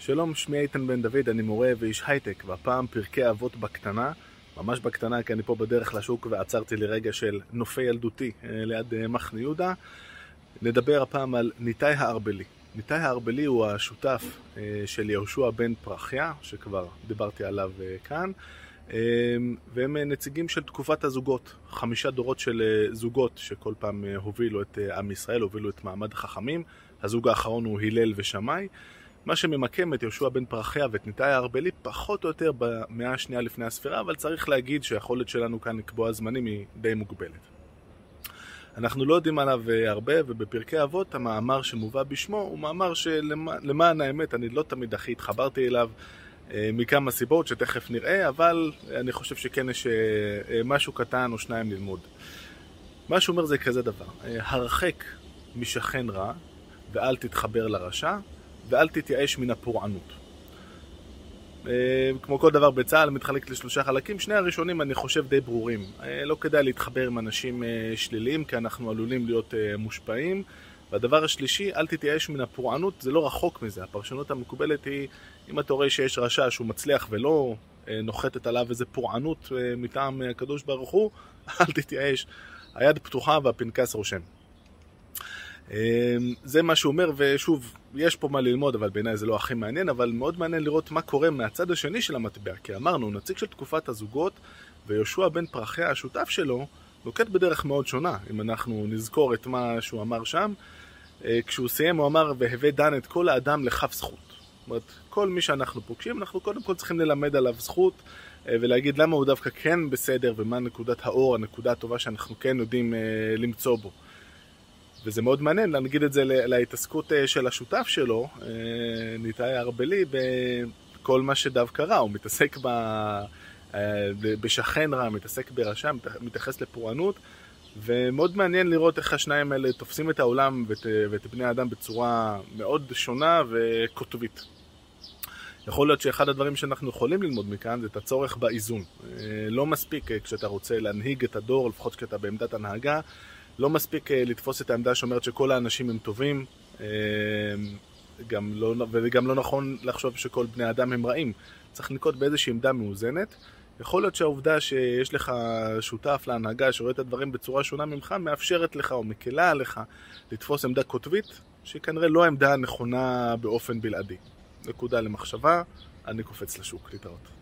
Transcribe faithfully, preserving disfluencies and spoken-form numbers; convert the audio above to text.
שלום, שמי איתן בן דוד, אני מורה ואיש הייטק, והפעם פרקי אבות בקטנה, ממש בקטנה, כי אני פה בדרך לשוק ועצרתי לרגע של נופי ילדותי ליד מחנה יהודה. נדבר הפעם על ניתאי הארבלי. ניתאי הארבלי הוא השותף של יהושע בן פרחיה, שכבר דיברתי עליו כאן, והם נציגים של תקופת הזוגות, חמישה דורות של זוגות שכל פעם הובילו את עם ישראל, הובילו את מעמד החכמים. הזוג האחרון הוא הלל ושמאי. מה שממקם את יהושע בן פרחיה ואת ניתאי הארבלי פחות או יותר במאה השנייה לפני הספירה, אבל צריך להגיד שהיכולת שלנו כאן לקבוע זמנים היא די מוגבלת. אנחנו לא יודעים עליו הרבה, ובפרקי אבות המאמר שמובא בשמו הוא מאמר שלמען האמת אני לא תמיד הכי התחברתי אליו מכמה סיבות שתכף נראה, אבל אני חושב שכן יש משהו קטן או שניים ללמוד. מה שאומר זה כזה דבר: הרחק משכן רע ואל תתחבר לרשע, ואל תתייאש מן הפורענות. כמו כל דבר בצה"ל מתחלק לשלושה חלקים. שני הראשונים אני חושב די ברורים. לא כדאי להתחבר עם אנשים שליליים, כי אנחנו עלולים להיות מושפעים. והדבר השלישי, אל תתייאש מן הפורענות. זה לא רחוק מזה. הפרשנות המקובלת היא, אם אתה רואה שיש רשע שהוא מצליח ולא נוחתת עליו איזה פורענות מטעם הקדוש ברוך הוא, אל תתייאש. היד פתוחה והפנקס רושם. זה מה שהוא אומר, ושוב, יש פה מה ללמוד, אבל בעיניי זה לא הכי מעניין, אבל מאוד מעניין לראות מה קורה מהצד השני של המטבע, כי אמרנו, נציג של תקופת הזוגות, ויהושע בן פרחיה, השותף שלו, נוקט בדרך מאוד שונה. אם אנחנו נזכור את מה שהוא אמר שם, כשהוא סיים הוא אמר, והווה דן את כל האדם לכף זכות. זאת אומרת, כל מי שאנחנו פוגשים, אנחנו קודם כל צריכים ללמד עליו זכות, ולהגיד למה הוא דווקא כן בסדר, ומה נקודת האור, הנקודה הטובה שאנחנו כן יודעים למצוא בו. וזה מאוד מעניין להגיד את זה להתעסקות של השותף שלו, ניתאי הארבלי, בכל מה שדווקא רע. הוא מתעסק בשכן רע, מתעסק ברשע, מתייחס לפורענות, ומאוד מעניין לראות איך השניים האלה תופסים את העולם ואת, ואת בני האדם בצורה מאוד שונה וכותבית. יכול להיות שאחד הדברים שאנחנו יכולים ללמוד מכאן זה את הצורך באיזון. לא מספיק כשאתה רוצה להנהיג את הדור, לפחות כשאתה בעמדת הנהגה, לא מספיק לתפוס את העמדה שאומרת שכל האנשים הם טובים, גם לא, וגם לא נכון לחשוב שכל בני אדם הם רעים. צריך לנקוט באיזושהי עמדה מאוזנת. יכול להיות שהעובדה שיש לך שותף להנהגה שרואה את הדברים בצורה שונה ממך, מאפשרת לך או מקלה עליך לתפוס עמדה כותבית, שכנראה לא העמדה הנכונה באופן בלעדי. נקודה למחשבה, אני קופץ לשוק, להתראות.